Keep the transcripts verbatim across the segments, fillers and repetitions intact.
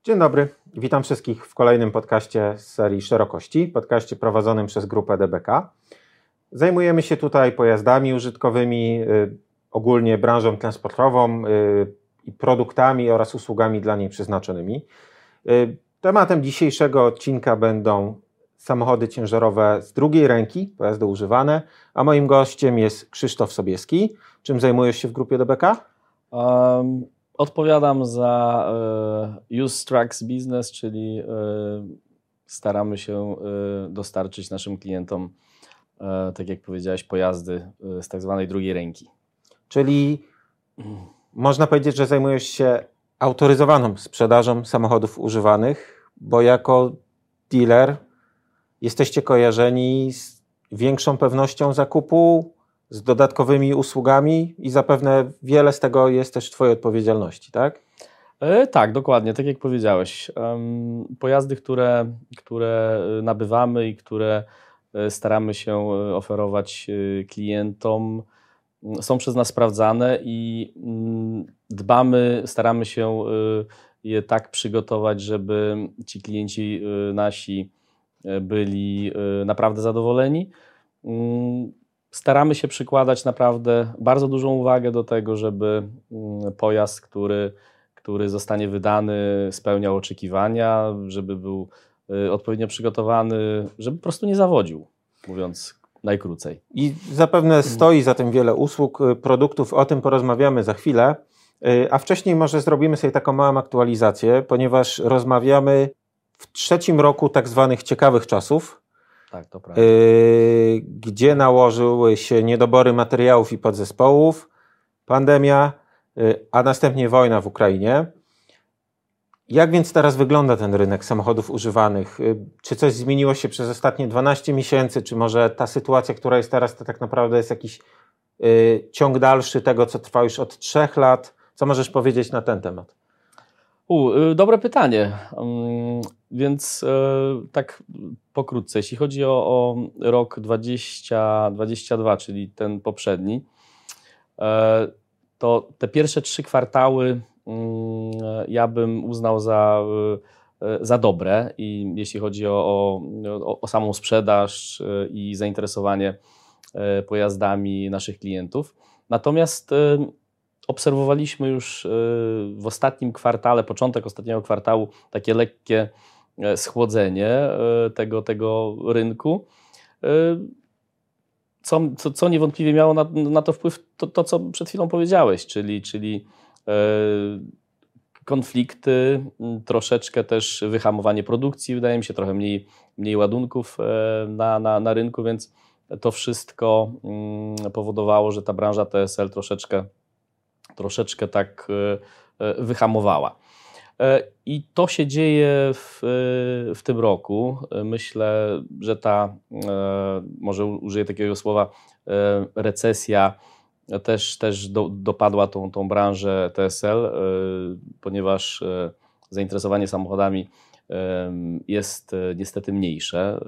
Dzień dobry, witam wszystkich w kolejnym podcaście z serii Szerokości, podcaście prowadzonym przez grupę D B K. Zajmujemy się tutaj pojazdami użytkowymi, y, ogólnie branżą transportową y, i produktami oraz usługami dla niej przeznaczonymi. Y, tematem dzisiejszego odcinka będą samochody ciężarowe z drugiej ręki, pojazdy używane, a moim gościem jest Krzysztof Sobieski. Czym zajmujesz się w grupie D B K? Um... Odpowiadam za y, Used Trucks Business, czyli y, staramy się y, dostarczyć naszym klientom, y, tak jak powiedziałeś, pojazdy y, z tak zwanej drugiej ręki. Czyli można powiedzieć, że zajmujesz się autoryzowaną sprzedażą samochodów używanych, bo jako dealer jesteście kojarzeni z większą pewnością zakupu, z dodatkowymi usługami i zapewne wiele z tego jest też w Twojej odpowiedzialności, tak? E, tak, dokładnie, tak jak powiedziałeś. Um, pojazdy, które, które nabywamy i które staramy się oferować klientom, są przez nas sprawdzane i dbamy, staramy się je tak przygotować, żeby ci klienci nasi byli naprawdę zadowoleni. Staramy się przykładać naprawdę bardzo dużą uwagę do tego, żeby pojazd, który, który zostanie wydany, spełniał oczekiwania, żeby był odpowiednio przygotowany, żeby po prostu nie zawodził, mówiąc najkrócej. I zapewne stoi za tym wiele usług, produktów, o tym porozmawiamy za chwilę, a wcześniej może zrobimy sobie taką małą aktualizację, ponieważ rozmawiamy w trzecim roku tak zwanych ciekawych czasów, Tak, to prawda. Yy, gdzie nałożyły się niedobory materiałów i podzespołów, pandemia, yy, a następnie wojna w Ukrainie. Jak więc teraz wygląda ten rynek samochodów używanych? Yy, czy coś zmieniło się przez ostatnie dwanaście miesięcy, czy może ta sytuacja, która jest teraz, to tak naprawdę jest jakiś yy, ciąg dalszy tego, co trwa już od trzech lat? Co możesz powiedzieć na ten temat? U, y, dobre pytanie. Um, więc y, tak pokrótce, jeśli chodzi o, o rok dwudziesty dwudziesty drugi, czyli ten poprzedni, y, to te pierwsze trzy kwartały y, ja bym uznał za, y, za dobre, i jeśli chodzi o, o, o samą sprzedaż y, i zainteresowanie y, pojazdami naszych klientów. Natomiast y, obserwowaliśmy już w ostatnim kwartale, początek ostatniego kwartału, takie lekkie schłodzenie tego, tego rynku, co, co, co niewątpliwie miało na, na to wpływ to, to, co przed chwilą powiedziałeś, czyli, czyli konflikty, troszeczkę też wyhamowanie produkcji, wydaje mi się, trochę mniej, mniej ładunków na, na, na rynku, więc to wszystko powodowało, że ta branża T S L troszeczkę troszeczkę tak wyhamowała. I to się dzieje w, w tym roku. Myślę, że ta, może użyję takiego słowa, recesja też, też do, dopadła tą, tą branżę T S L, ponieważ zainteresowanie samochodami jest niestety mniejsze.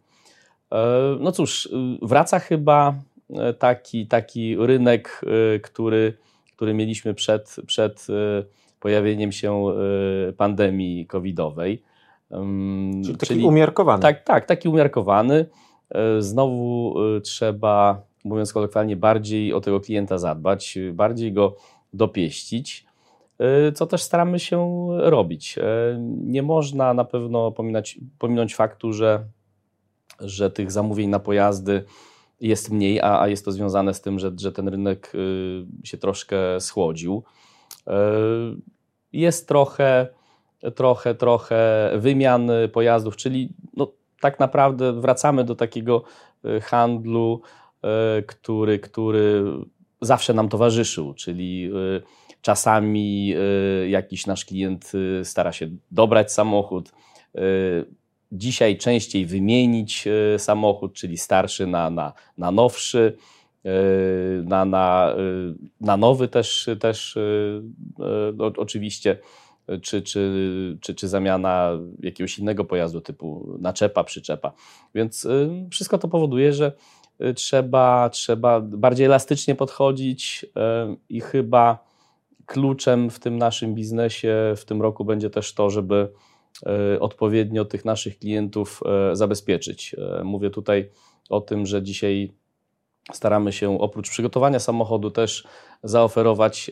No cóż, wraca chyba taki, taki rynek, który który mieliśmy przed, przed pojawieniem się pandemii covidowej. Czyli taki Czyli, umiarkowany. Tak, tak, taki umiarkowany. Znowu trzeba, mówiąc kolokwialnie, bardziej o tego klienta zadbać, bardziej go dopieścić, co też staramy się robić. Nie można na pewno pominąć, pominąć faktu, że, że tych zamówień na pojazdy jest mniej, a, a jest to związane z tym, że, że ten rynek y, się troszkę schłodził. Y, jest trochę, trochę, trochę wymian pojazdów, czyli no, tak naprawdę wracamy do takiego handlu, y, który, który zawsze nam towarzyszył, czyli y, czasami y, jakiś nasz klient y, stara się dobrać samochód, y, dzisiaj częściej wymienić samochód, czyli starszy na, na, na nowszy, na, na, na nowy też, też no, oczywiście, czy, czy, czy, czy zamiana jakiegoś innego pojazdu typu naczepa, przyczepa. Więc wszystko to powoduje, że trzeba, trzeba bardziej elastycznie podchodzić i chyba kluczem w tym naszym biznesie w tym roku będzie też to, żeby odpowiednio tych naszych klientów zabezpieczyć. Mówię tutaj o tym, że dzisiaj staramy się oprócz przygotowania samochodu też zaoferować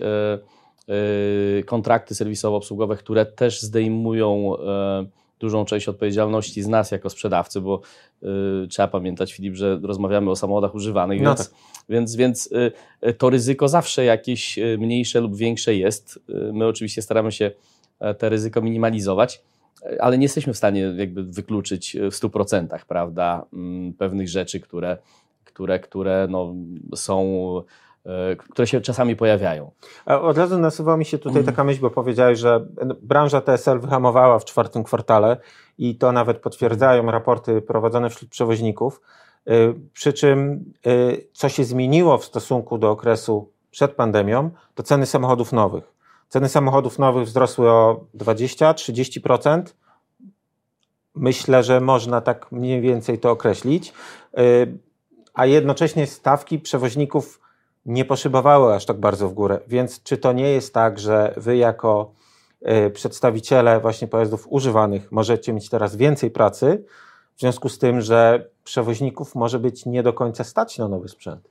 kontrakty serwisowo-obsługowe, które też zdejmują dużą część odpowiedzialności z nas jako sprzedawcy, bo y, trzeba pamiętać, Filip, że rozmawiamy o samochodach używanych, no więc, tak. więc, więc y, to ryzyko zawsze jakieś mniejsze lub większe jest. Y, my oczywiście staramy się te ryzyko minimalizować, ale nie jesteśmy w stanie jakby wykluczyć w stu procentach, prawda, y, pewnych rzeczy, które, które, które no, są... które się czasami pojawiają. A od razu nasuwa mi się tutaj taka myśl, bo powiedziałeś, że branża T S L wyhamowała w czwartym kwartale i to nawet potwierdzają raporty prowadzone wśród przewoźników, przy czym co się zmieniło w stosunku do okresu przed pandemią, to ceny samochodów nowych. Ceny samochodów nowych wzrosły o dwadzieścia do trzydziestu procent. Myślę, że można tak mniej więcej to określić, a jednocześnie stawki przewoźników nie poszybowały aż tak bardzo w górę, więc czy to nie jest tak, że wy jako y, przedstawiciele właśnie pojazdów używanych możecie mieć teraz więcej pracy, w związku z tym, że przewoźników może być nie do końca stać na nowy sprzęt?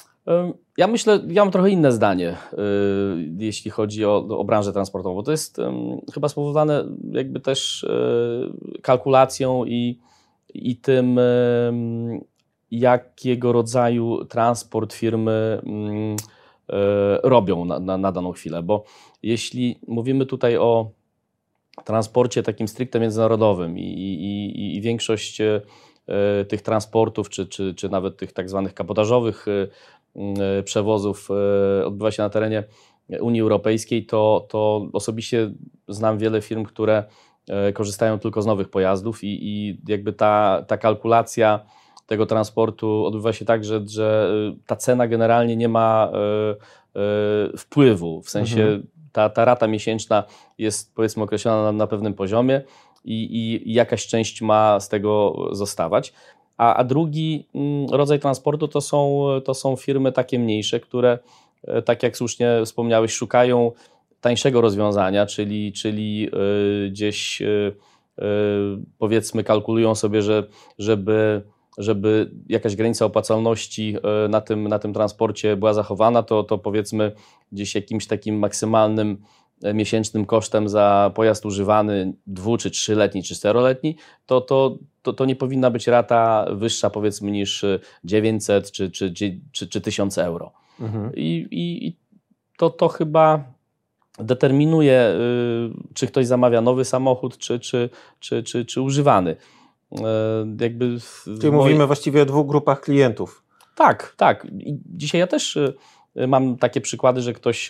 Ja myślę, ja mam trochę inne zdanie, y, jeśli chodzi o, o branżę transportową. To jest y, chyba spowodowane jakby też y, kalkulacją i, i tym, y, jakiego rodzaju transport firmy y, robią na, na, na daną chwilę. Bo jeśli mówimy tutaj o transporcie takim stricte międzynarodowym i, i, i większość y, tych transportów, czy, czy, czy nawet tych tak zwanych kabotażowych y, y, przewozów y, odbywa się na terenie Unii Europejskiej, to, to osobiście znam wiele firm, które y, korzystają tylko z nowych pojazdów i, i jakby ta, ta kalkulacja tego transportu odbywa się tak, że, że ta cena generalnie nie ma y, y, wpływu, w sensie mhm. ta, ta rata miesięczna jest powiedzmy określona na, na pewnym poziomie i, i jakaś część ma z tego zostawać. A, a drugi rodzaj transportu to są, to są firmy takie mniejsze, które tak jak słusznie wspomniałeś, szukają tańszego rozwiązania, czyli, czyli y, gdzieś y, y, powiedzmy kalkulują sobie, że żeby żeby jakaś granica opłacalności na tym, na tym transporcie była zachowana, to, to powiedzmy gdzieś jakimś takim maksymalnym miesięcznym kosztem za pojazd używany dwu, czy trzyletni, czy czteroletni, to, to, to, to nie powinna być rata wyższa powiedzmy niż dziewięćset czy, czy, czy, czy, czy tysiąc euro. Mhm. I, i, i to, to chyba determinuje, czy ktoś zamawia nowy samochód, czy, czy, czy, czy, czy używany. Jakby Czyli mówimy mojej... właściwie o dwóch grupach klientów. Tak, tak. I dzisiaj ja też mam takie przykłady, że ktoś,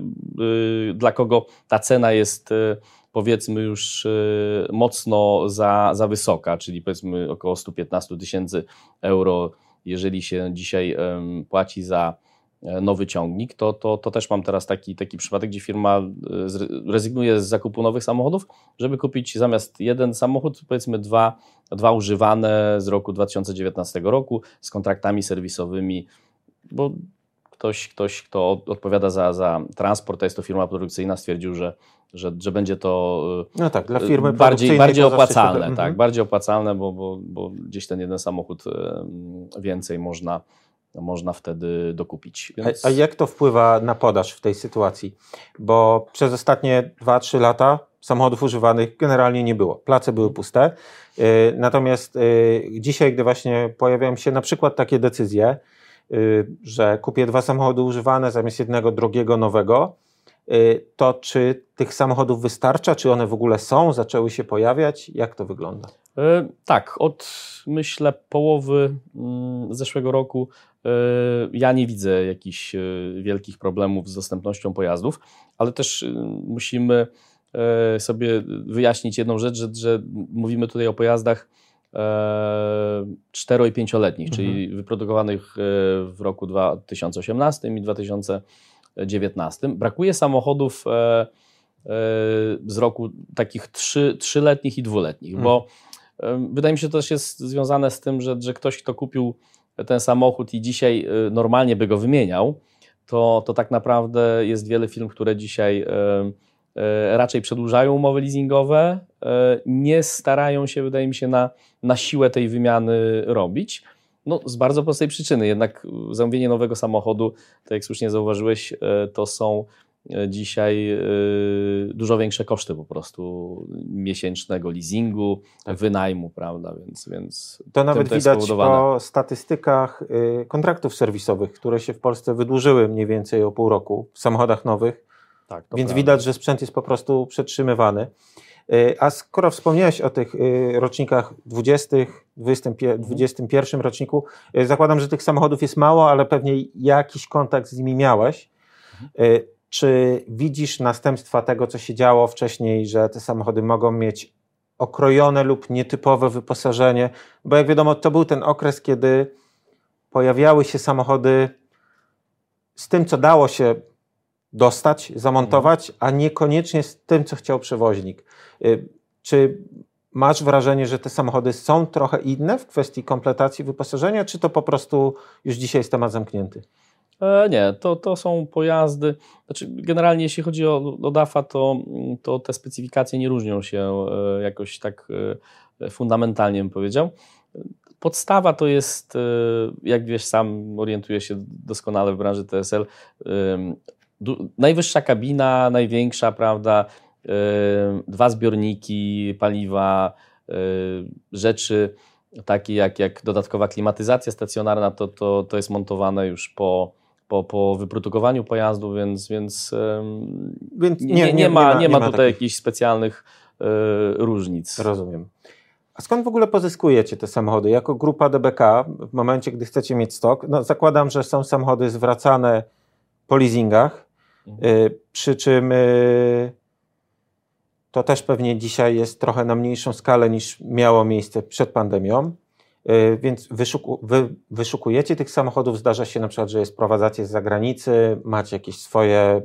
dla kogo ta cena jest powiedzmy już mocno za, za wysoka, czyli powiedzmy około sto piętnaście tysięcy euro, jeżeli się dzisiaj płaci za nowy ciągnik, to, to, to też mam teraz taki, taki przypadek, gdzie firma rezygnuje z zakupu nowych samochodów, żeby kupić zamiast jeden samochód, powiedzmy dwa, dwa używane z roku dwa tysiące dziewiętnastego roku z kontraktami serwisowymi, bo ktoś, ktoś kto odpowiada za, za transport, a jest to firma produkcyjna, stwierdził, że, że, że będzie to no tak, dla firmy bardziej, bardziej opłacalne, się... tak, bardziej opłacalne, bo, bo, bo gdzieś ten jeden samochód więcej można można wtedy dokupić. Więc... A, a jak to wpływa na podaż w tej sytuacji? Bo przez ostatnie dwa trzy lata samochodów używanych generalnie nie było. Place były puste. Yy, natomiast yy, dzisiaj, gdy właśnie pojawiają się na przykład takie decyzje, yy, że kupię dwa samochody używane zamiast jednego drogiego, nowego, yy, to czy tych samochodów wystarcza? Czy one w ogóle są? Zaczęły się pojawiać? Jak to wygląda? Yy, tak, od myślę połowy yy, zeszłego roku ja nie widzę jakichś wielkich problemów z dostępnością pojazdów, ale też musimy sobie wyjaśnić jedną rzecz, że, że mówimy tutaj o pojazdach cztero- i pięcioletnich, mhm. czyli wyprodukowanych w roku dwa tysiące osiemnastym i dwa tysiące dziewiętnastym. Brakuje samochodów z roku takich trzy, trzyletnich i dwuletnich, mhm. bo wydaje mi się, że to też jest związane z tym, że, że ktoś, kto kupił ten samochód i dzisiaj normalnie by go wymieniał, to, to tak naprawdę jest wiele firm, które dzisiaj raczej przedłużają umowy leasingowe, nie starają się, wydaje mi się, na, na siłę tej wymiany robić. No, z bardzo prostej przyczyny, jednak zamówienie nowego samochodu, tak jak słusznie zauważyłeś, to są dzisiaj dużo większe koszty po prostu miesięcznego leasingu, tak. wynajmu, prawda, więc, więc to nawet to widać po statystykach kontraktów serwisowych, które się w Polsce wydłużyły mniej więcej o pół roku w samochodach nowych, tak, więc prawda. Widać, że sprzęt jest po prostu przetrzymywany. A skoro wspomniałeś o tych rocznikach dwudziestym, dwudziestym pierwszym roczniku, zakładam, że tych samochodów jest mało, ale pewnie jakiś kontakt z nimi miałeś. Czy widzisz następstwa tego, co się działo wcześniej, że te samochody mogą mieć okrojone lub nietypowe wyposażenie? Bo jak wiadomo, to był ten okres, kiedy pojawiały się samochody z tym, co dało się dostać, zamontować, a niekoniecznie z tym, co chciał przewoźnik. Czy masz wrażenie, że te samochody są trochę inne w kwestii kompletacji wyposażenia, czy to po prostu już dzisiaj jest temat zamknięty? E, nie, to, to są pojazdy, znaczy generalnie jeśli chodzi o, o dafa, to, to te specyfikacje nie różnią się e, jakoś tak e, fundamentalnie, bym powiedział. Podstawa to jest, e, jak wiesz, sam orientuję się doskonale w branży T S L, e, du, najwyższa kabina, największa, prawda, e, dwa zbiorniki paliwa, e, rzeczy takie jak, jak dodatkowa klimatyzacja stacjonarna, to, to, to jest montowane już po Po, po wyprodukowaniu pojazdu, więc, więc, um, więc nie, nie, nie, nie, ma, nie ma tutaj takich jakichś specjalnych y, różnic. Rozumiem. A skąd w ogóle pozyskujecie te samochody? Jako grupa D B K, w momencie, gdy chcecie mieć stok, no zakładam, że są samochody zwracane po leasingach, mhm. y, przy czym y, to też pewnie dzisiaj jest trochę na mniejszą skalę niż miało miejsce przed pandemią. Więc wyszuku, wy wyszukujecie tych samochodów, zdarza się na przykład, że je sprowadzacie z zagranicy, macie jakieś swoje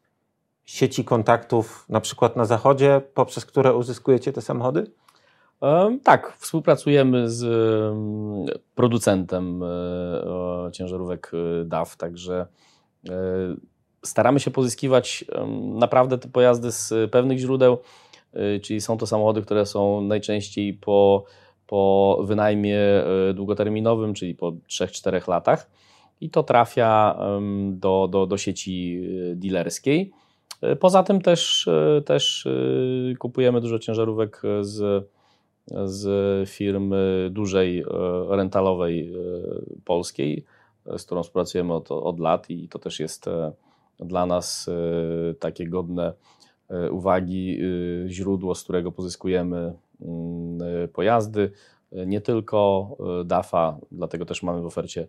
sieci kontaktów, na przykład na zachodzie, poprzez które uzyskujecie te samochody? Um, tak, współpracujemy z um, producentem um, ciężarówek D A F, także um, staramy się pozyskiwać um, naprawdę te pojazdy z pewnych źródeł, um, czyli są to samochody, które są najczęściej po po wynajmie długoterminowym, czyli po trzech czterech latach i to trafia do, do, do sieci dealerskiej. Poza tym też, też kupujemy dużo ciężarówek z, z firmy dużej rentalowej polskiej, z którą współpracujemy od, od lat i to też jest dla nas takie godne uwagi źródło, z którego pozyskujemy pojazdy, nie tylko dafa, dlatego też mamy w ofercie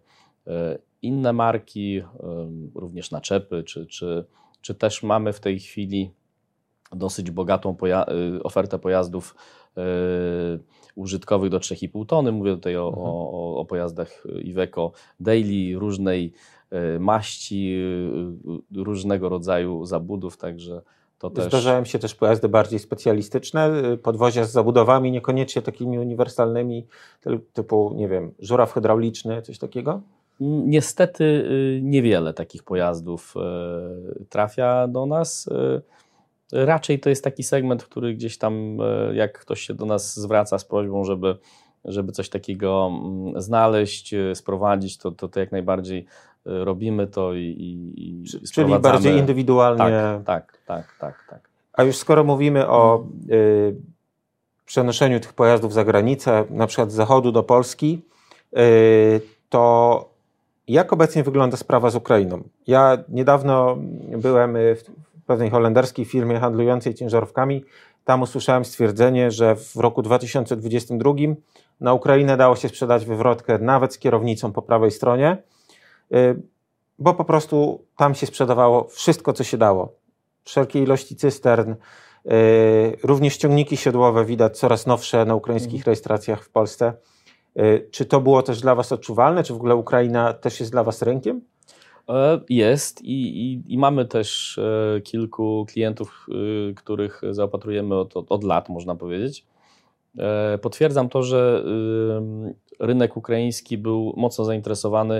inne marki, również naczepy, czy, czy, czy też mamy w tej chwili dosyć bogatą poja ofertę pojazdów użytkowych do trzy i pół tony. Mówię tutaj o, mhm. o, o pojazdach Iveco Daily, różnej maści, różnego rodzaju zabudów, także to też... Zdarzają się też pojazdy bardziej specjalistyczne, podwozia z zabudowami, niekoniecznie takimi uniwersalnymi, typu, nie wiem, żuraw hydrauliczny, coś takiego? Niestety niewiele takich pojazdów trafia do nas. Raczej to jest taki segment, który gdzieś tam, jak ktoś się do nas zwraca z prośbą, żeby, żeby coś takiego znaleźć, sprowadzić, to, to, to jak najbardziej robimy to i, i, i Czyli bardziej indywidualnie. Tak, tak, tak, tak, tak. A już skoro mówimy o y, przenoszeniu tych pojazdów za granicę, na przykład z zachodu do Polski, y, to jak obecnie wygląda sprawa z Ukrainą? Ja niedawno byłem w pewnej holenderskiej firmie handlującej ciężarówkami. Tam usłyszałem stwierdzenie, że w roku dwa tysiące dwudziestym drugim na Ukrainę dało się sprzedać wywrotkę nawet z kierownicą po prawej stronie, bo po prostu tam się sprzedawało wszystko, co się dało. Wszelkie ilości cystern, również ciągniki siodłowe widać coraz nowsze na ukraińskich mhm. rejestracjach w Polsce. Czy to było też dla Was odczuwalne? Czy w ogóle Ukraina też jest dla Was rynkiem? Jest i, i, i mamy też kilku klientów, których zaopatrujemy od, od, od lat, można powiedzieć. Potwierdzam to, że rynek ukraiński był mocno zainteresowany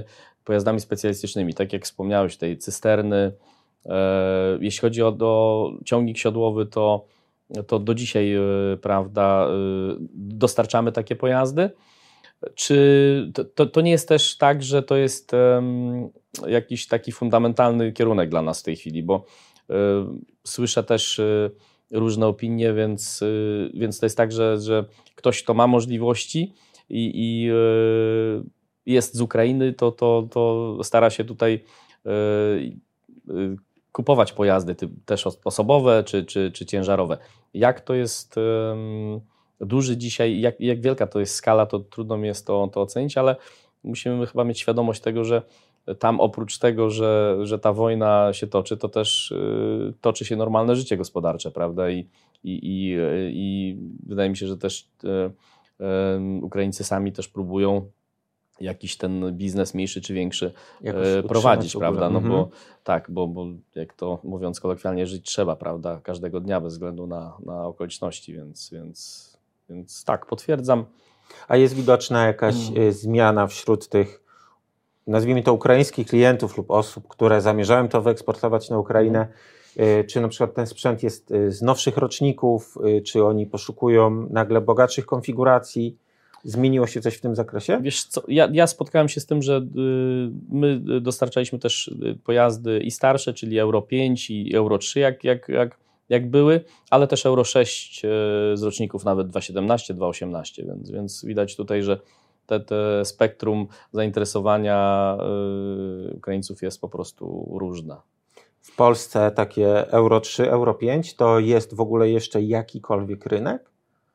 pojazdami specjalistycznymi, tak jak wspomniałeś, tej cysterny. Jeśli chodzi o do, ciągnik siodłowy, to, to do dzisiaj, prawda, dostarczamy takie pojazdy. Czy to, to nie jest też tak, że to jest um, jakiś taki fundamentalny kierunek dla nas w tej chwili, bo y, słyszę też y, różne opinie, więc, y, więc to jest tak, że, że ktoś, kto ma możliwości i, i y, jest z Ukrainy, to, to, to stara się tutaj y, y, kupować pojazdy typ, też osobowe czy, czy, czy ciężarowe. Jak to jest... Y, duży dzisiaj, jak, jak wielka to jest skala, to trudno mi jest to, to ocenić, ale musimy chyba mieć świadomość tego, że tam oprócz tego, że, że ta wojna się toczy, to też y, toczy się normalne życie gospodarcze, prawda? I, i, i, i wydaje mi się, że też y, y, Ukraińcy sami też próbują jakiś ten biznes mniejszy czy większy y, prowadzić, prawda? No mhm. bo tak, bo, bo jak to mówiąc kolokwialnie, żyć trzeba, prawda? Każdego dnia bez względu na, na okoliczności, więc, więc Więc tak, potwierdzam. A jest widoczna jakaś hmm. zmiana wśród tych, nazwijmy to, ukraińskich klientów lub osób, które zamierzają to wyeksportować na Ukrainę? Hmm. Czy na przykład ten sprzęt jest z nowszych roczników, czy oni poszukują nagle bogatszych konfiguracji? Zmieniło się coś w tym zakresie? Wiesz co, ja, ja spotkałem się z tym, że my dostarczaliśmy też pojazdy i starsze, czyli Euro pięć i Euro trzy, jak, jak, jak jak były, ale też Euro sześć z roczników nawet dwa tysiące siedemnaście, dwa tysiące osiemnaście, więc, więc widać tutaj, że te, te spektrum zainteresowania y, Ukraińców jest po prostu różne. W Polsce takie Euro trzy, Euro pięć to jest w ogóle jeszcze jakikolwiek rynek?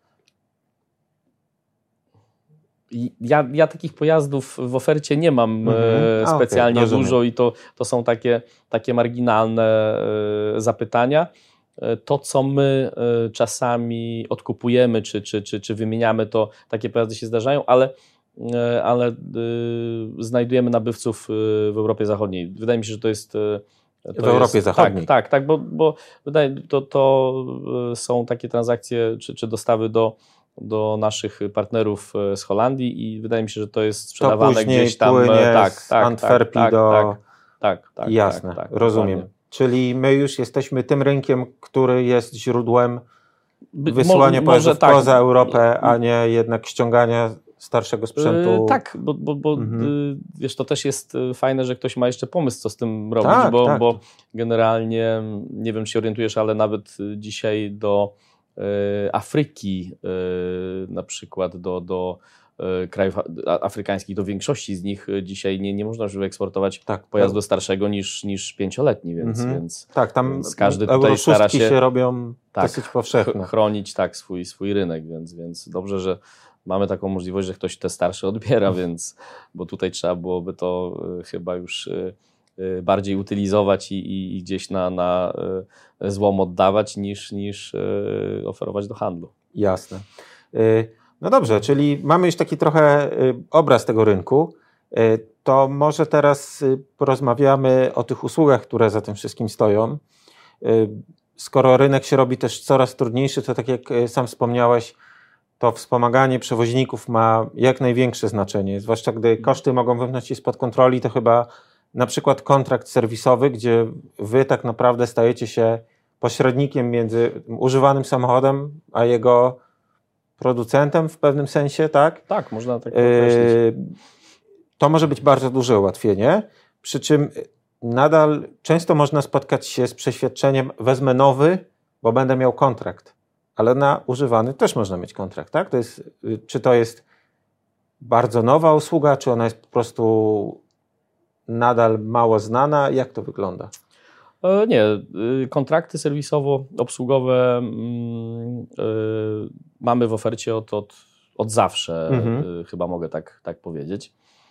Ja, ja takich pojazdów w ofercie nie mam mm-hmm. A, specjalnie okay, dużo i to, to są takie, takie marginalne y, zapytania. To, co my czasami odkupujemy, czy, czy, czy, czy wymieniamy, to takie pojazdy się zdarzają, ale, ale znajdujemy nabywców w Europie Zachodniej. Wydaje mi się, że to jest... To w Europie jest, Zachodniej. Tak, tak, tak, bo, bo wydaje to, to są takie transakcje, czy, czy dostawy do, do naszych partnerów z Holandii i wydaje mi się, że to jest sprzedawane to gdzieś tam... tak, z tak, Antwerpii tak, do... Tak, tak, tak. Jasne, tak, tak, rozumiem. dokładnie. Czyli my już jesteśmy tym rynkiem, który jest źródłem wysyłania pojazdów tak. poza Europę, a nie jednak ściągania starszego sprzętu. Yy, tak, bo, bo, bo mhm. yy, wiesz, to też jest fajne, że ktoś ma jeszcze pomysł, co z tym robić, tak, bo, tak. bo generalnie, nie wiem, czy się orientujesz, ale nawet dzisiaj do yy, Afryki, yy, na przykład do, do krajów afrykańskich, do większości z nich dzisiaj nie, nie można już wyeksportować tak, pojazdu tak. starszego niż, niż pięcioletni, więc, mm-hmm. więc, tak, tam więc każdy tutaj stara się, się robią tak, dosyć powszechne. Chronić tak, swój, swój rynek, więc, więc dobrze, że mamy taką możliwość, że ktoś te starsze odbiera, więc, bo tutaj trzeba byłoby to chyba już bardziej utylizować i, i, i gdzieś na, na złom oddawać niż, niż oferować do handlu. Jasne. No dobrze, czyli mamy już taki trochę obraz tego rynku, to może teraz porozmawiamy o tych usługach, które za tym wszystkim stoją. Skoro rynek się robi też coraz trudniejszy, to tak jak sam wspomniałeś, to wspomaganie przewoźników ma jak największe znaczenie, zwłaszcza gdy koszty mogą wymknąć się spod kontroli, to chyba na przykład kontrakt serwisowy, gdzie wy tak naprawdę stajecie się pośrednikiem między używanym samochodem, a jego producentem w pewnym sensie, tak? Tak, można tak określić. To może być bardzo duże ułatwienie, przy czym nadal często można spotkać się z przeświadczeniem, wezmę nowy, bo będę miał kontrakt, ale na używany też można mieć kontrakt, tak? To jest, czy to jest bardzo nowa usługa, czy ona jest po prostu nadal mało znana? Jak to wygląda? Nie, kontrakty serwisowo-obsługowe mamy w ofercie od, od, od zawsze, mhm. chyba mogę tak, tak powiedzieć.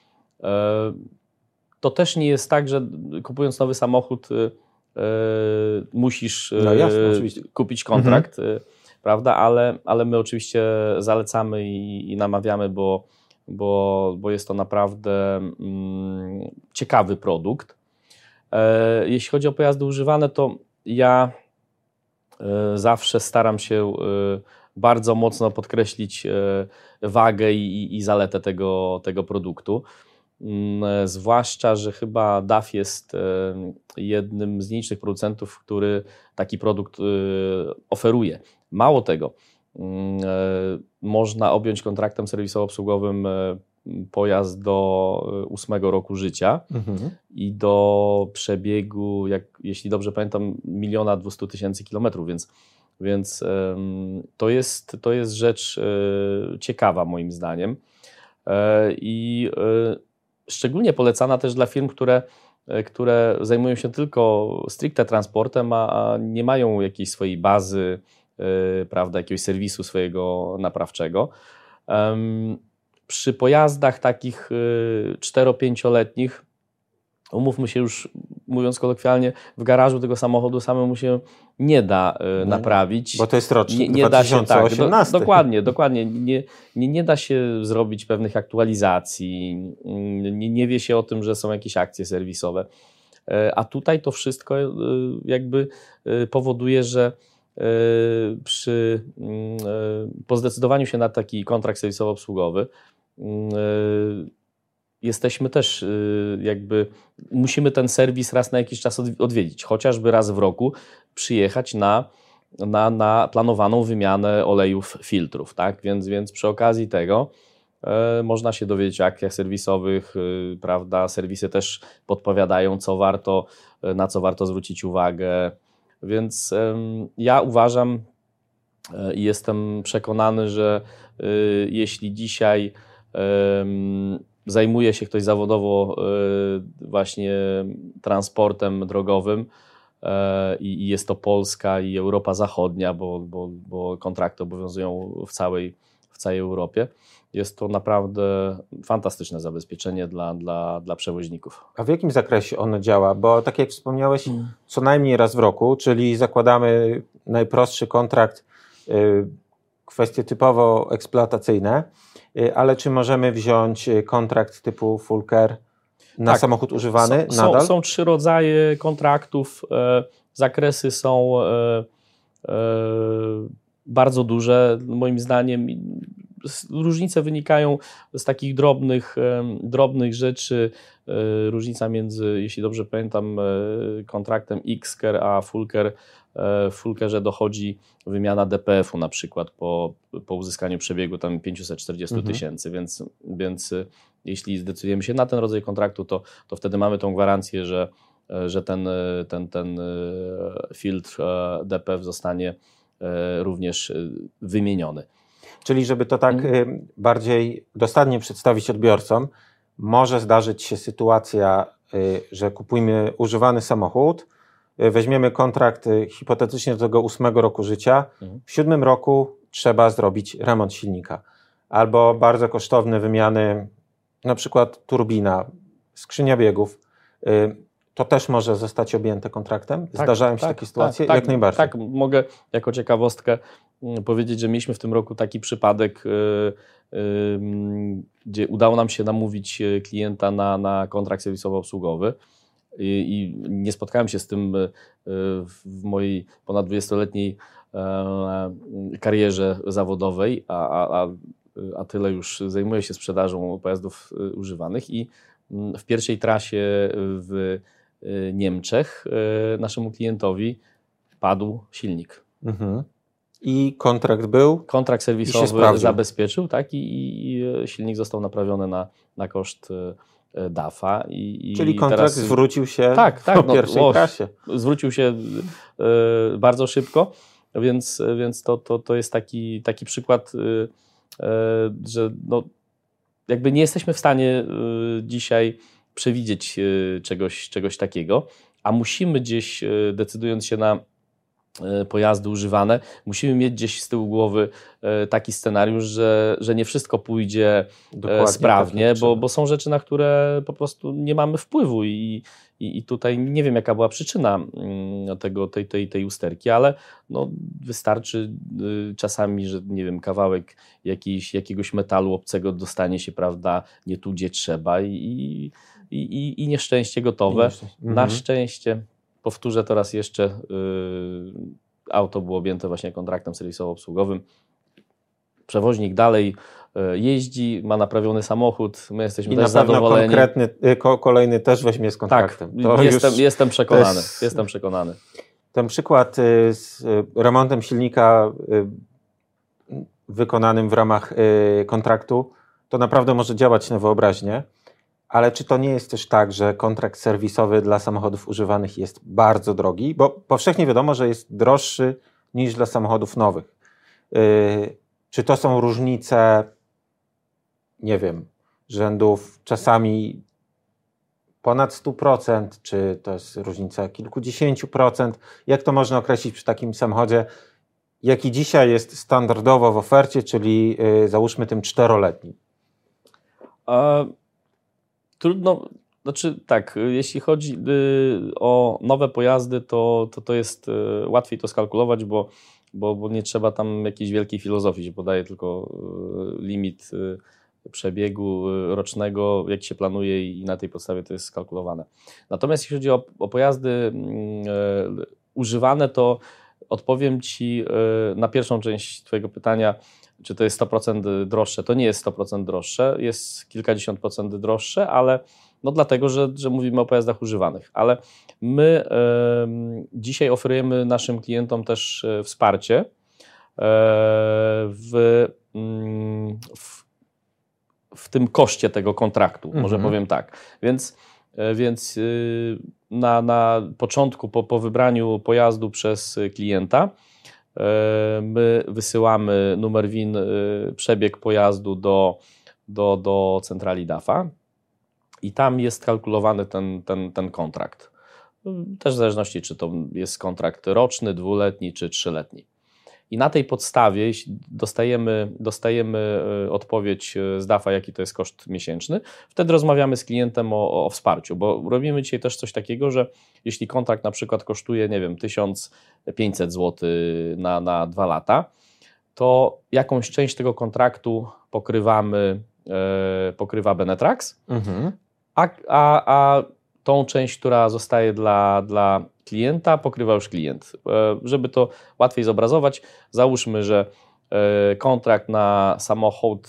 To też nie jest tak, że kupując nowy samochód musisz no jasne, kupić kontrakt, mhm. prawda? Ale, ale my oczywiście zalecamy i, i namawiamy, bo, bo, bo jest to naprawdę mm, ciekawy produkt. Jeśli chodzi o pojazdy używane, to ja zawsze staram się bardzo mocno podkreślić wagę i, i zaletę tego, tego produktu. zwłaszcza, że chyba D A F jest jednym z nielicznych producentów, który taki produkt oferuje. Mało tego, można objąć kontraktem serwisowo-obsługowym pojazd do ósmego roku życia mhm. i do przebiegu, jak, jeśli dobrze pamiętam, miliona dwustu tysięcy kilometrów, więc, więc to, jest, to jest rzecz ciekawa moim zdaniem i szczególnie polecana też dla firm, które, które zajmują się tylko stricte transportem, a nie mają jakiejś swojej bazy, prawda, jakiegoś serwisu swojego naprawczego. Przy pojazdach takich cztero-pięcioletnich, umówmy się już, mówiąc kolokwialnie, w garażu tego samochodu samemu się nie da y, naprawić. Bo to jest rocznik nie, nie dwa tysiące osiemnasty. Da się, tak, do, dokładnie, dokładnie. Nie, nie, nie da się zrobić pewnych aktualizacji, nie, nie wie się o tym, że są jakieś akcje serwisowe. A tutaj to wszystko y, jakby y, powoduje, że y, przy, y, po zdecydowaniu się na taki kontrakt serwisowo-obsługowy y, jesteśmy też jakby, musimy ten serwis raz na jakiś czas odwiedzić, chociażby raz w roku przyjechać na, na, na planowaną wymianę olejów, filtrów, tak? Więc, więc przy okazji tego e, można się dowiedzieć o akcjach serwisowych, e, prawda? Serwisy też podpowiadają, co warto, na co warto zwrócić uwagę, więc e, ja uważam i e, jestem przekonany, że e, jeśli dzisiaj e, zajmuje się ktoś zawodowo właśnie transportem drogowym i jest to Polska i Europa Zachodnia, bo, bo, bo kontrakty obowiązują w całej, w całej Europie. Jest to naprawdę fantastyczne zabezpieczenie dla, dla, dla przewoźników. A w jakim zakresie ono działa? Bo tak jak wspomniałeś, hmm. co najmniej raz w roku, czyli zakładamy najprostszy kontrakt, kwestie typowo eksploatacyjne, ale czy możemy wziąć kontrakt typu full care na tak, samochód używany są, nadal? Są, są trzy rodzaje kontraktów, e, zakresy są e, e, bardzo duże, moim zdaniem. Różnice wynikają z takich drobnych, e, drobnych rzeczy, e, różnica między, jeśli dobrze pamiętam, e, kontraktem X-Care a full care. W full carze dochodzi wymiana D P F-u na przykład po, po uzyskaniu przebiegu tam pięćset czterdzieści tysięcy, mhm. więc, więc jeśli zdecydujemy się na ten rodzaj kontraktu, to, to wtedy mamy tą gwarancję, że, że ten, ten, ten filtr D P F zostanie również wymieniony. Czyli żeby to tak mhm. bardziej dosadnie przedstawić odbiorcom, może zdarzyć się sytuacja, że kupujemy używany samochód, weźmiemy kontrakt hipotetycznie do tego ósmego roku życia, mhm. w siódmym roku trzeba zrobić remont silnika. Albo bardzo kosztowne wymiany, na przykład turbina, skrzynia biegów. To też może zostać objęte kontraktem? Tak, Zdarzają się tak, takie sytuacje? Tak, Jak najbardziej. Tak, mogę jako ciekawostkę powiedzieć, że mieliśmy w tym roku taki przypadek, gdzie udało nam się namówić klienta na, na kontrakt serwisowo-obsługowy. I nie spotkałem się z tym w mojej ponad dwudziestoletniej karierze zawodowej, a, a, a tyle już zajmuję się sprzedażą pojazdów używanych i w pierwszej trasie w Niemczech naszemu klientowi padł silnik. Mhm. I kontrakt był? Kontrakt serwisowy zabezpieczył, tak, i, i silnik został naprawiony na, na koszt D A F-a. I, Czyli kontrakt teraz zwrócił się tak, tak, po no, pierwszej o, trasie. Zwrócił się y, bardzo szybko, więc, więc to, to, to jest taki, taki przykład, y, y, że no, jakby nie jesteśmy w stanie y, dzisiaj przewidzieć y, czegoś, czegoś takiego, a musimy gdzieś, y, decydując się na pojazdy używane, musimy mieć gdzieś z tyłu głowy taki scenariusz, że, że nie wszystko pójdzie Dokładnie sprawnie, tak, bo, bo są rzeczy, na które po prostu nie mamy wpływu i, i, i tutaj nie wiem, jaka była przyczyna tego, tej, tej, tej usterki, ale no, wystarczy czasami, że nie wiem, kawałek jakiś, jakiegoś metalu obcego dostanie się, prawda, nie tu, gdzie trzeba i, i, i, i nieszczęście gotowe. I nieszczęście. Mhm. Na szczęście powtórzę to raz jeszcze, yy, auto było objęte właśnie kontraktem serwisowo-obsługowym. Przewoźnik dalej jeździ, ma naprawiony samochód, my jesteśmy I też na pewno zadowoleni. konkretny, ko, kolejny też weźmie z kontraktem. Tak, to jestem, już, jestem przekonany, jest... jestem przekonany. Ten przykład z remontem silnika wykonanym w ramach kontraktu, to naprawdę może działać na wyobraźnię, ale czy to nie jest też tak, że kontrakt serwisowy dla samochodów używanych jest bardzo drogi? Bo powszechnie wiadomo, że jest droższy niż dla samochodów nowych. Czy to są różnice, nie wiem, rzędów czasami ponad sto procent, czy to jest różnica kilkudziesięciu procent? Jak to można określić przy takim samochodzie, jaki dzisiaj jest standardowo w ofercie, czyli yy, załóżmy tym czteroletnim? A, trudno, znaczy tak, jeśli chodzi y, o nowe pojazdy, to to, to jest y, łatwiej to skalkulować, bo, bo, bo nie trzeba tam jakiejś wielkiej filozofii, się podaje tylko y, limit y, przebiegu rocznego, jak się planuje i na tej podstawie to jest skalkulowane. Natomiast jeśli chodzi o, o pojazdy y, używane, to odpowiem Ci y, na pierwszą część Twojego pytania, czy to jest sto procent droższe. To nie jest sto procent droższe, jest kilkadziesiąt procent droższe, ale no dlatego, że, że mówimy o pojazdach używanych. Ale my y, dzisiaj oferujemy naszym klientom też y, wsparcie y, w, y, w w tym koszcie tego kontraktu, mhm. może powiem tak. Więc, więc na, na początku, po, po wybraniu pojazdu przez klienta, my wysyłamy numer V I N, przebieg pojazdu do, do, do centrali D A F-a i tam jest kalkulowany ten, ten, ten kontrakt. Też w zależności, czy to jest kontrakt roczny, dwuletni czy trzyletni. I na tej podstawie, jeśli dostajemy, dostajemy odpowiedź z D A F-a, jaki to jest koszt miesięczny, wtedy rozmawiamy z klientem o, o wsparciu, bo robimy dzisiaj też coś takiego, że jeśli kontrakt na przykład kosztuje, nie wiem, tysiąc pięćset złotych na, na dwa lata, to jakąś część tego kontraktu pokrywamy, e, pokrywa Benetrax, mhm. a, a, a tą część, która zostaje dla, dla klienta, pokrywa już klient. Żeby to łatwiej zobrazować, załóżmy, że kontrakt na samochód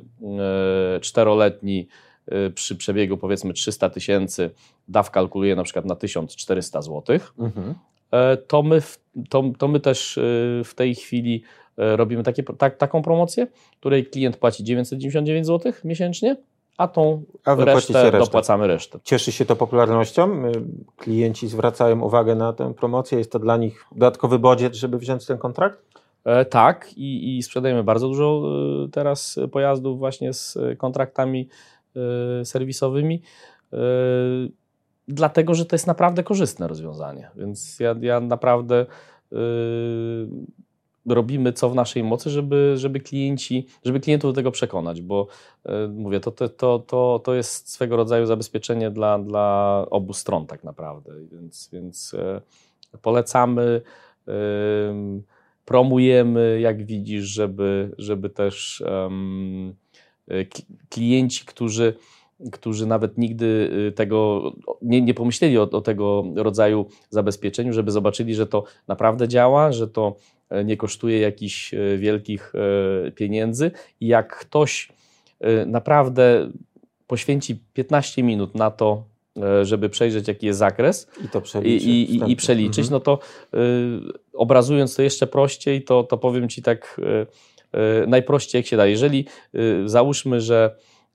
czteroletni przy przebiegu powiedzmy trzysta tysięcy D A F kalkuluje na przykład na tysiąc czterysta złotych, mhm. to, my, to, to my też w tej chwili robimy takie, tak, taką promocję, której klient płaci dziewięćset dziewięćdziesiąt dziewięć złotych miesięcznie, a tą a resztę, resztę dopłacamy resztę. Cieszy się to popularnością? Klienci zwracają uwagę na tę promocję? Jest to dla nich dodatkowy budżet, żeby wziąć ten kontrakt? E, tak i, i sprzedajemy bardzo dużo e, teraz pojazdów właśnie z kontraktami e, serwisowymi, e, dlatego, że to jest naprawdę korzystne rozwiązanie. Więc ja, ja naprawdę e, robimy co w naszej mocy, żeby, żeby klienci, żeby klientów do tego przekonać, bo e, mówię, to, to, to, to, to jest swego rodzaju zabezpieczenie dla, dla obu stron tak naprawdę, więc, więc e, polecamy, e, promujemy, jak widzisz, żeby, żeby też um, klienci, którzy którzy nawet nigdy tego nie, nie pomyśleli o, o tego rodzaju zabezpieczeniu, żeby zobaczyli, że to naprawdę działa, że to nie kosztuje jakichś wielkich pieniędzy i jak ktoś naprawdę poświęci piętnaście minut na to, żeby przejrzeć, jaki jest zakres i, to przeliczy, i, i, i przeliczyć, mhm. no to y, obrazując to jeszcze prościej, to, to powiem Ci tak y, y, najprościej jak się da. Jeżeli y, załóżmy, że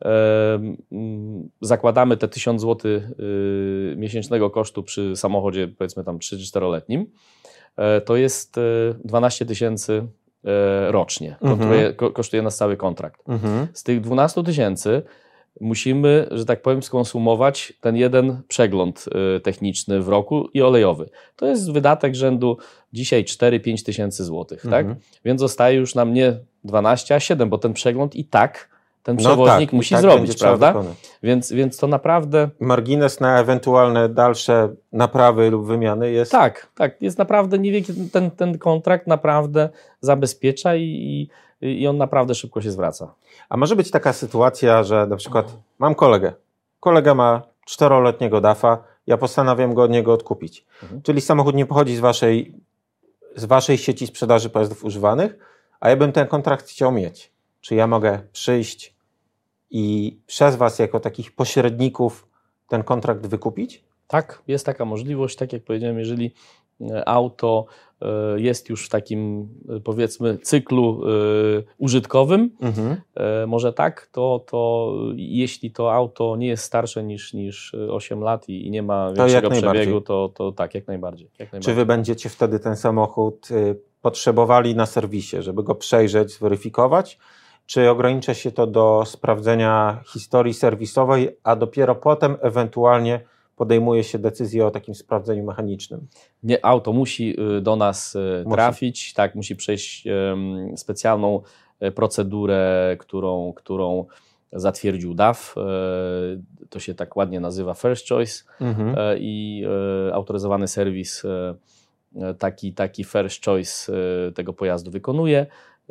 zakładamy te tysiąc złotych miesięcznego kosztu przy samochodzie powiedzmy tam trzy czy czteroletnim, to jest dwanaście tysięcy rocznie. Mhm. To kosztuje nas cały kontrakt. Mhm. Z tych dwanaście tysięcy musimy, że tak powiem, skonsumować ten jeden przegląd techniczny w roku i olejowy. To jest wydatek rzędu dzisiaj cztery pięć tysięcy złotych. Mhm. Tak? Więc zostaje już nam nie dwanaście, a siedem, bo ten przegląd i tak ten przewoźnik no tak, musi tak zrobić, prawda? Więc, więc to naprawdę... Margines na ewentualne dalsze naprawy lub wymiany jest... Tak, tak. Jest naprawdę niewielki, ten, ten kontrakt naprawdę zabezpiecza i, i, i on naprawdę szybko się zwraca. A może być taka sytuacja, że na przykład mam kolegę. Kolega ma czteroletniego D A F-a, ja postanawiam go od niego odkupić. Mhm. Czyli samochód nie pochodzi z waszej, z waszej sieci sprzedaży pojazdów używanych, a ja bym ten kontrakt chciał mieć. czy ja mogę przyjść i przez Was jako takich pośredników ten kontrakt wykupić? Tak, jest taka możliwość. Tak jak powiedziałem, jeżeli auto jest już w takim, powiedzmy, cyklu użytkowym, mhm. może tak, to, to jeśli to auto nie jest starsze niż, niż osiem lat i nie ma większego przebiegu, to, to tak, jak najbardziej, jak najbardziej. Czy Wy będziecie wtedy ten samochód potrzebowali na serwisie, żeby go przejrzeć, zweryfikować? Czy ogranicza się to do sprawdzenia historii serwisowej, a dopiero potem ewentualnie podejmuje się decyzję o takim sprawdzeniu mechanicznym? Nie, auto musi do nas trafić, musi. tak, musi przejść specjalną procedurę, którą, którą zatwierdził D A F. To się tak ładnie nazywa First Choice mhm. i autoryzowany serwis taki, taki First Choice tego pojazdu wykonuje.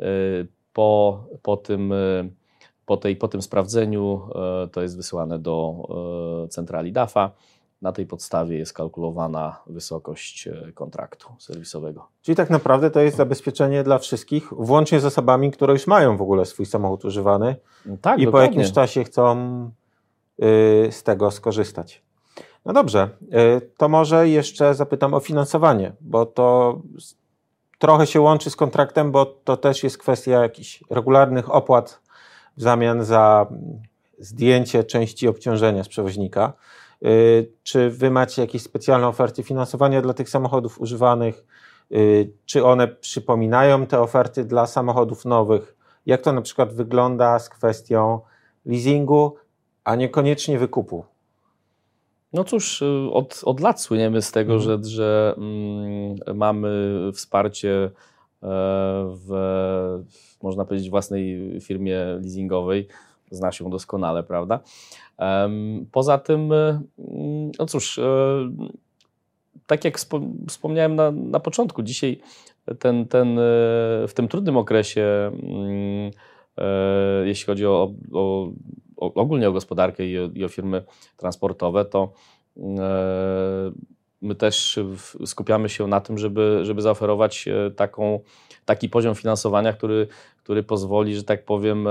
Po, po, tym, po, tej, po tym sprawdzeniu to jest wysyłane do centrali D A F-a. Na tej podstawie jest kalkulowana wysokość kontraktu serwisowego. Czyli tak naprawdę to jest zabezpieczenie dla wszystkich, włącznie z osobami, które już mają w ogóle swój samochód używany tak, i dokładnie. Po jakimś czasie chcą y, z tego skorzystać. No dobrze, y, to może jeszcze zapytam o finansowanie, bo to trochę się łączy z kontraktem, bo to też jest kwestia jakichś regularnych opłat w zamian za zdjęcie części obciążenia z przewoźnika. Czy Wy macie jakieś specjalne oferty finansowania dla tych samochodów używanych? Czy one przypominają te oferty dla samochodów nowych? Jak to na przykład wygląda z kwestią leasingu, a niekoniecznie wykupu? No cóż, od, od lat słyniemy z tego, mhm. że, że mm, mamy wsparcie w, można powiedzieć, własnej firmie leasingowej. Zna się doskonale, prawda? Poza tym, no cóż, tak jak wspomniałem na, na początku, dzisiaj ten, ten, w tym trudnym okresie, jeśli chodzi o, o, o ogólnie o gospodarkę i o, i o firmy transportowe, to my też skupiamy się na tym, żeby, żeby zaoferować taką, taki poziom finansowania, który, który pozwoli, że tak powiem,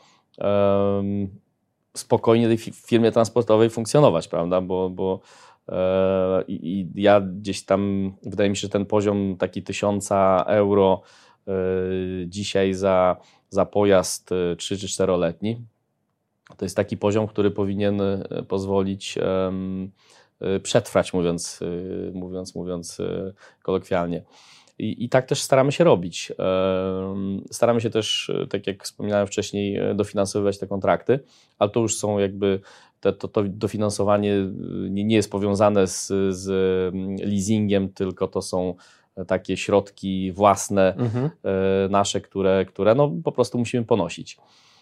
spokojnie tej firmie transportowej funkcjonować, prawda? Bo, bo e, i ja gdzieś tam, wydaje mi się, że ten poziom taki tysiąca euro e, dzisiaj za, za pojazd trzy czy czteroletni, to jest taki poziom, który powinien pozwolić e, przetrwać, mówiąc, mówiąc, mówiąc kolokwialnie. I, I tak też staramy się robić. Staramy się też, tak jak wspominałem wcześniej, dofinansowywać te kontrakty, ale to już są jakby, te, to, to dofinansowanie nie, nie jest powiązane z, z leasingiem, tylko to są takie środki własne mhm. nasze, które, które no po prostu musimy ponosić.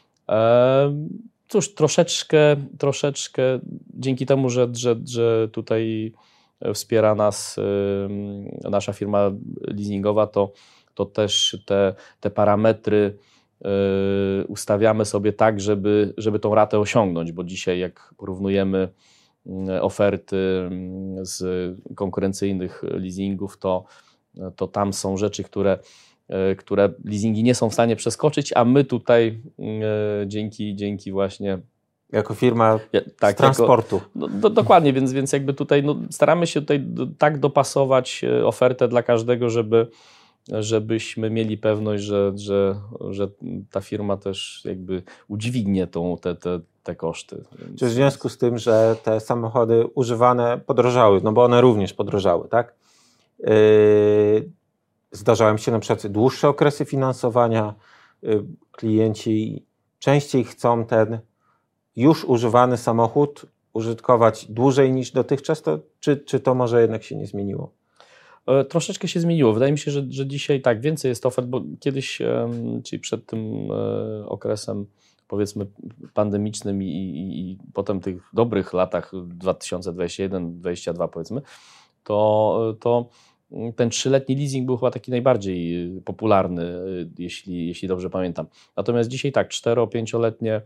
Cóż, troszeczkę, troszeczkę dzięki temu, że, że, że tutaj wspiera nas y, nasza firma leasingowa, to, to też te, te parametry y, ustawiamy sobie tak, żeby, żeby tą ratę osiągnąć, bo dzisiaj jak porównujemy y, oferty y, z konkurencyjnych leasingów, to, to tam są rzeczy, które, y, które leasingi nie są w stanie przeskoczyć, a my tutaj y, dzięki, dzięki właśnie Jako firma ja, tak, z transportu. Jako, no, do, dokładnie, więc, więc jakby tutaj no, staramy się tutaj do, tak dopasować ofertę dla każdego, żeby, żebyśmy mieli pewność, że, że, że ta firma też jakby udźwignie tą, te, te, te koszty. Więc... Czy w związku z tym, że te samochody używane podrożały, no bo one również podrożały, tak? Yy, zdarzają się na przykład dłuższe okresy finansowania, yy, klienci częściej chcą ten już używany samochód użytkować dłużej niż dotychczas, to czy, czy to może jednak się nie zmieniło? E, troszeczkę się zmieniło. Wydaje mi się, że, że dzisiaj tak, więcej jest ofert, bo kiedyś, e, czyli przed tym e, okresem powiedzmy pandemicznym i, i, i potem tych dobrych latach dwa tysiące dwudziesty pierwszy dwudziesty drugi powiedzmy, to, to ten trzyletni leasing był chyba taki najbardziej popularny, jeśli, jeśli dobrze pamiętam. Natomiast dzisiaj tak, cztero-pięcioletnie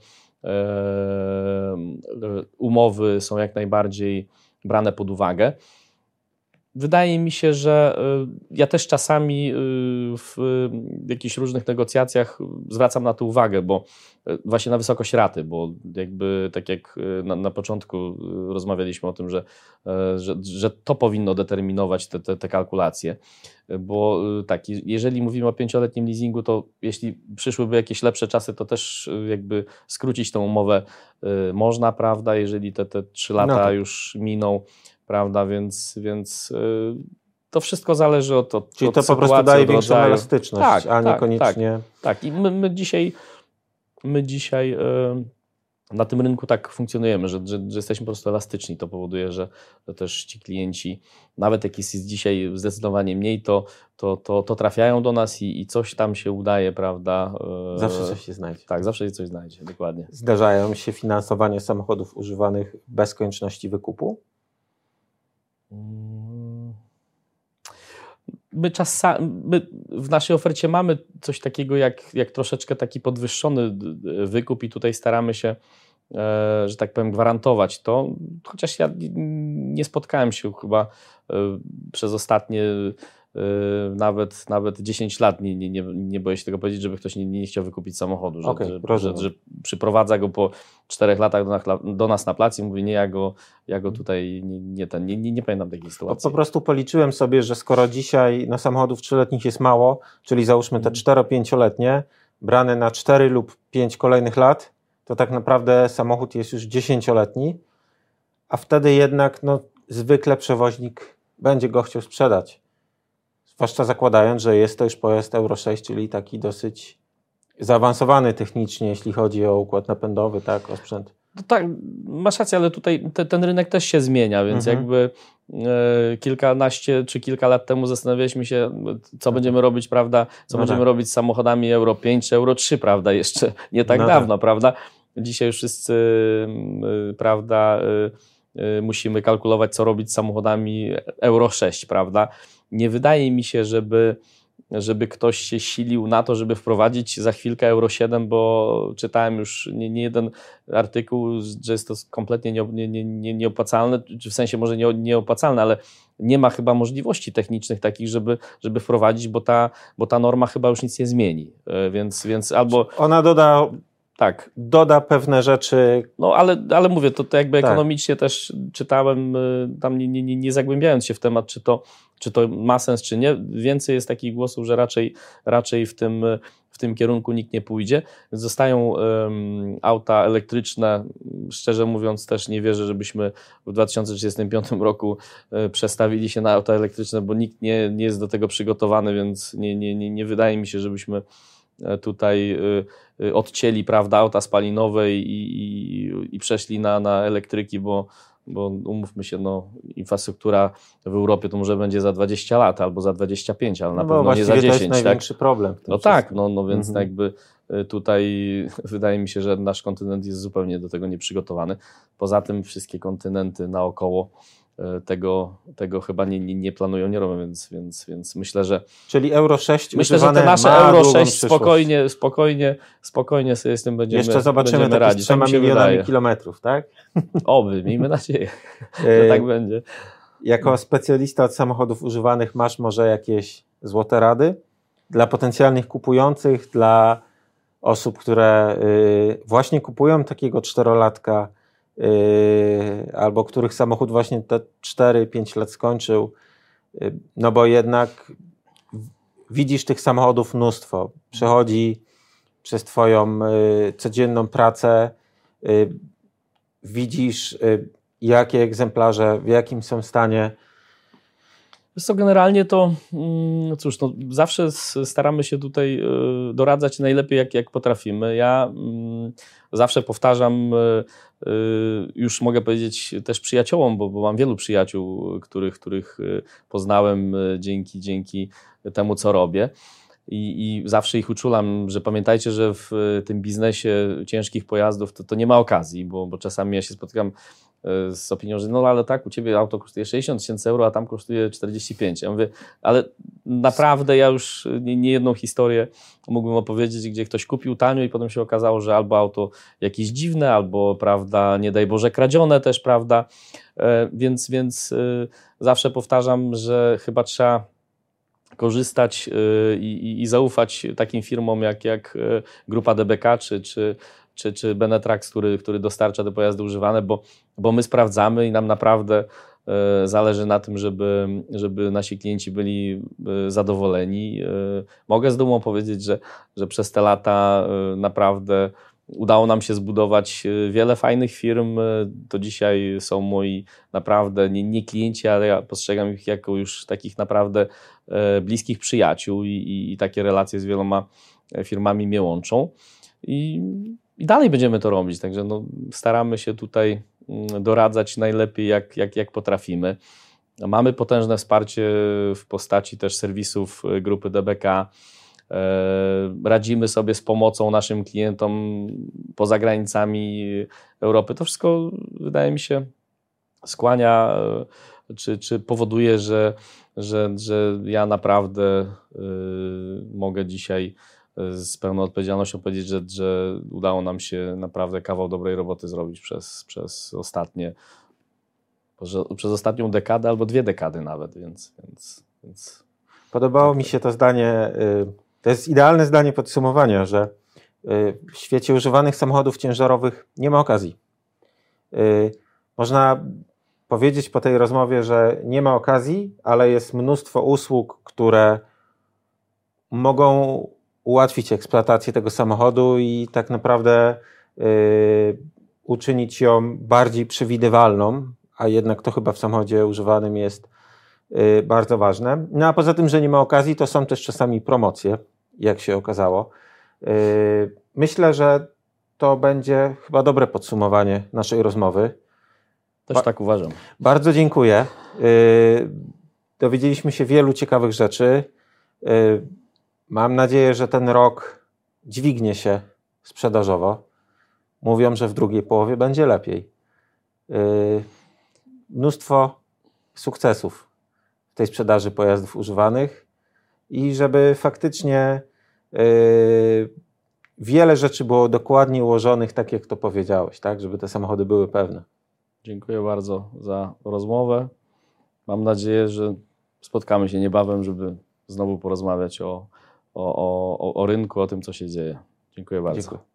umowy są jak najbardziej brane pod uwagę. wydaje mi się, że ja też czasami w jakichś różnych negocjacjach zwracam na to uwagę, bo właśnie na wysokość raty, bo jakby tak jak na, na początku rozmawialiśmy o tym, że, że, że to powinno determinować te, te, te kalkulacje, bo tak, jeżeli mówimy o pięcioletnim leasingu, to jeśli przyszłyby jakieś lepsze czasy, to też jakby skrócić tą umowę można, prawda, jeżeli te, te trzy lata no tak. już miną, prawda, więc, więc yy, to wszystko zależy od, od Czyli od to sytuacji, po prostu daje od większą rodzaju. elastyczność, tak, a tak, niekoniecznie... Tak, tak. I my, my dzisiaj, my dzisiaj yy, na tym rynku tak funkcjonujemy, że, że, że jesteśmy po prostu elastyczni. To powoduje, że, że też ci klienci, nawet jak jest, jest dzisiaj zdecydowanie mniej, to, to, to, to trafiają do nas i, i coś tam się udaje, prawda? Yy, zawsze coś się znajdzie. Tak, zawsze się coś znajdzie, dokładnie. Zdarzają się finansowanie samochodów używanych bez konieczności wykupu? My, czasami, my w naszej ofercie mamy coś takiego jak, jak troszeczkę taki podwyższony wykup i tutaj staramy się, e, że tak powiem, gwarantować to, chociaż ja nie spotkałem się chyba e, przez ostatnie e, nawet, nawet dziesięć lat, nie, nie, nie boję się tego powiedzieć, żeby ktoś nie, nie chciał wykupić samochodu, że, okay, że, że, że przyprowadza go po czterech latach do, do nas na plac i mówi, nie, ja go, ja go tutaj nie, nie, ten, nie, nie, nie pamiętam takiej sytuacji. Po, po prostu policzyłem sobie, że skoro dzisiaj na samochodów trzyletnich jest mało, czyli załóżmy te cztero-pięcioletnie, brane na cztery lub pięć kolejnych lat, to tak naprawdę samochód jest już dziesięcioletni, a wtedy jednak no, zwykle przewoźnik będzie go chciał sprzedać. Zwłaszcza zakładając, że jest to już pojazd Euro sześć, czyli taki dosyć zaawansowany technicznie, jeśli chodzi o układ napędowy, tak, o sprzęt. No tak, masz rację, ale tutaj te, ten rynek też się zmienia, więc mhm. jakby e, kilkanaście czy kilka lat temu zastanawialiśmy się, co będziemy robić, prawda, co no będziemy tak. robić z samochodami Euro pięć czy Euro trzy, prawda, jeszcze nie tak no dawno, tak. prawda. Dzisiaj już wszyscy, y, prawda, y, y, musimy kalkulować, co robić z samochodami Euro sześć, prawda. Nie wydaje mi się, żeby, żeby ktoś się silił na to, żeby wprowadzić za chwilkę Euro siedem, bo czytałem już nie, nie jeden artykuł, że jest to kompletnie nie, nie, nie, nieopłacalne, czy w sensie może nie, nieopłacalne, ale nie ma chyba możliwości technicznych takich, żeby, żeby wprowadzić, bo ta, bo ta norma chyba już nic nie zmieni. Więc, więc albo... Ona doda... Tak. Doda pewne rzeczy. No ale, ale mówię, to, to jakby tak. ekonomicznie też czytałem, tam nie, nie, nie zagłębiając się w temat, czy to, czy to ma sens, czy nie. Więcej jest takich głosów, że raczej, raczej w tym, w tym kierunku nikt nie pójdzie. Więc zostają um, auta elektryczne. Szczerze mówiąc też nie wierzę, żebyśmy w dwa tysiące trzydziestym piątym roku e, przestawili się na auta elektryczne, bo nikt nie, nie jest do tego przygotowany, więc nie, nie, nie, nie wydaje mi się, żebyśmy tutaj odcięli, prawda, auta spalinowe i, i, i przeszli na, na elektryki, bo, bo umówmy się, no, infrastruktura w Europie to może będzie za dwadzieścia lat albo za dwadzieścia pięć, ale na no pewno nie za dziesięć. To jest największy tak? problem. No wszystkim. tak, no, no więc mhm. jakby tutaj wydaje mi się, że nasz kontynent jest zupełnie do tego nieprzygotowany. Poza tym wszystkie kontynenty naokoło Tego, tego chyba nie, nie, nie planują, nie robią, więc, więc, więc myślę, że... Czyli Euro sześć myślę, że te nasze Euro sześć spokojnie, spokojnie, spokojnie sobie z tym będziemy radzić. Jeszcze zobaczymy takie z trzema milionami wydaje. kilometrów, tak? Oby, miejmy nadzieję, że tak będzie. Jako specjalista od samochodów używanych masz może jakieś złote rady dla potencjalnych kupujących, dla osób, które właśnie kupują takiego czterolatka, Yy, albo których samochód właśnie te cztery pięć lat skończył, yy, no bo jednak widzisz tych samochodów mnóstwo, przechodzi przez twoją yy, codzienną pracę, yy, widzisz yy, jakie egzemplarze, w jakim są stanie. Wiesz co, generalnie to, no cóż, no zawsze staramy się tutaj doradzać najlepiej jak, jak potrafimy. Ja zawsze powtarzam, już mogę powiedzieć też przyjaciołom, bo, bo mam wielu przyjaciół, których, których poznałem dzięki, dzięki temu, co robię. I, I zawsze ich uczulam, że pamiętajcie, że w tym biznesie ciężkich pojazdów to, to nie ma okazji, bo, bo czasami ja się spotykam z opinią, że no ale tak, u Ciebie auto kosztuje sześćdziesiąt tysięcy euro, a tam kosztuje czterdzieści pięć. Ja mówię, ale naprawdę ja już nie, nie jedną historię mógłbym opowiedzieć, gdzie ktoś kupił tanio i potem się okazało, że albo auto jakieś dziwne, albo, prawda, nie daj Boże, kradzione też, prawda, więc, więc zawsze powtarzam, że chyba trzeba korzystać i, i, i zaufać takim firmom jak, jak Grupa D B K czy, czy, czy, czy Benetrax, który, który dostarcza te pojazdy używane, bo, bo my sprawdzamy i nam naprawdę zależy na tym, żeby, żeby nasi klienci byli zadowoleni. Mogę z dumą powiedzieć, że, że przez te lata naprawdę udało nam się zbudować wiele fajnych firm. To dzisiaj są moi naprawdę nie, nie klienci, ale ja postrzegam ich jako już takich naprawdę bliskich przyjaciół i, i, i takie relacje z wieloma firmami mnie łączą. I, i dalej będziemy to robić, także no, staramy się tutaj doradzać najlepiej jak, jak, jak potrafimy. Mamy potężne wsparcie w postaci też serwisów Grupy D B K. Radzimy sobie z pomocą naszym klientom poza granicami Europy. To wszystko, wydaje mi się, skłania czy, czy powoduje, że, że, że ja naprawdę mogę dzisiaj z pełną odpowiedzialnością powiedzieć, że, że udało nam się naprawdę kawał dobrej roboty zrobić przez, przez ostatnie przez ostatnią dekadę albo dwie dekady nawet, więc... więc, więc Podobało tak, mi się to zdanie, to jest idealne zdanie podsumowania, że w świecie używanych samochodów ciężarowych nie ma okazji. Można powiedzieć po tej rozmowie, że nie ma okazji, ale jest mnóstwo usług, które mogą ułatwić eksploatację tego samochodu i tak naprawdę y, uczynić ją bardziej przewidywalną, a jednak to chyba w samochodzie używanym jest y, bardzo ważne. No a poza tym, że nie ma okazji, to są też czasami promocje, jak się okazało. Y, myślę, że to będzie chyba dobre podsumowanie naszej rozmowy. Też ba- tak uważam. Bardzo dziękuję. Y, dowiedzieliśmy się wielu ciekawych rzeczy. Y, Mam nadzieję, że ten rok dźwignie się sprzedażowo. Mówią, że w drugiej połowie będzie lepiej. Yy, mnóstwo sukcesów w tej sprzedaży pojazdów używanych i żeby faktycznie yy, wiele rzeczy było dokładnie ułożonych, tak jak to powiedziałeś, tak, żeby te samochody były pewne. Dziękuję bardzo za rozmowę. Mam nadzieję, że spotkamy się niebawem, żeby znowu porozmawiać o O, o, o rynku, o tym, co się dzieje. Dziękuję bardzo. Dziękuję.